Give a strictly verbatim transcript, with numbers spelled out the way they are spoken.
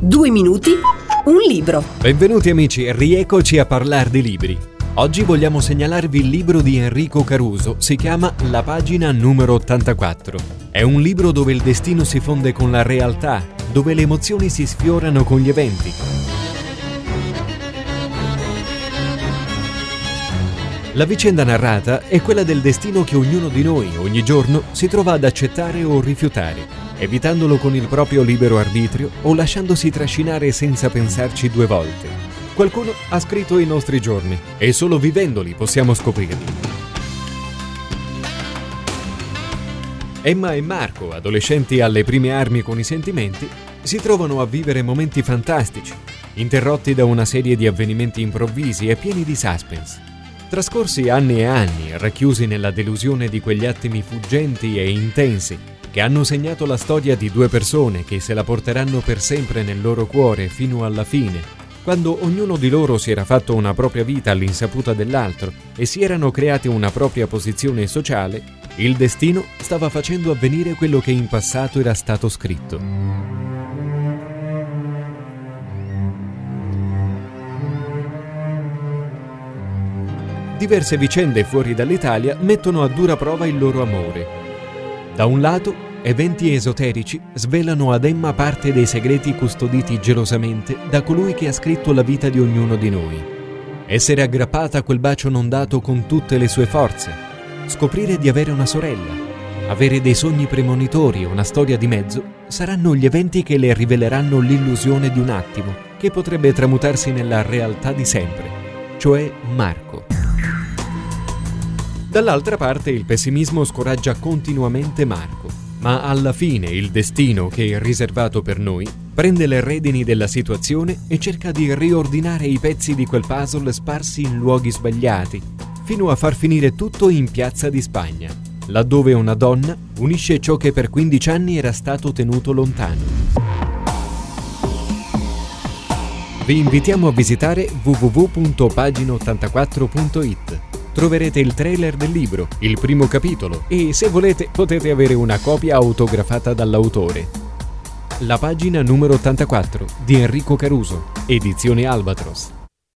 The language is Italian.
Due minuti, un libro. Benvenuti amici, rieccoci a parlare di libri. Oggi vogliamo segnalarvi il libro di Enrico Caruso, si chiama La pagina numero ottantaquattro. È un libro dove il destino si fonde con la realtà, dove le emozioni si sfiorano con gli eventi. La vicenda narrata è quella del destino che ognuno di noi, ogni giorno, si trova ad accettare o rifiutare, evitandolo con il proprio libero arbitrio o lasciandosi trascinare senza pensarci due volte. Qualcuno ha scritto i nostri giorni e solo vivendoli possiamo scoprirli. Emma e Marco, adolescenti alle prime armi con i sentimenti, si trovano a vivere momenti fantastici, interrotti da una serie di avvenimenti improvvisi e pieni di suspense. Trascorsi anni e anni, racchiusi nella delusione di quegli attimi fuggenti e intensi che hanno segnato la storia di due persone che se la porteranno per sempre nel loro cuore fino alla fine, quando ognuno di loro si era fatto una propria vita all'insaputa dell'altro e si erano creati una propria posizione sociale, il destino stava facendo avvenire quello che in passato era stato scritto. Diverse vicende fuori dall'Italia mettono a dura prova il loro amore. Da un lato, eventi esoterici svelano ad Emma parte dei segreti custoditi gelosamente da colui che ha scritto la vita di ognuno di noi. Essere aggrappata a quel bacio non dato con tutte le sue forze, scoprire di avere una sorella, avere dei sogni premonitori e una storia di mezzo saranno gli eventi che le riveleranno l'illusione di un attimo che potrebbe tramutarsi nella realtà di sempre, cioè Marco. Dall'altra parte il pessimismo scoraggia continuamente Marco, ma alla fine il destino che è riservato per noi prende le redini della situazione e cerca di riordinare i pezzi di quel puzzle sparsi in luoghi sbagliati, fino a far finire tutto in Piazza di Spagna, laddove una donna unisce ciò che per quindici anni era stato tenuto lontano. Vi invitiamo a visitare w w w punto pagina ottantaquattro punto i t. Troverete il trailer del libro, il primo capitolo e, se volete, potete avere una copia autografata dall'autore. La pagina numero ottantaquattro di Enrico Caruso, edizione Albatros.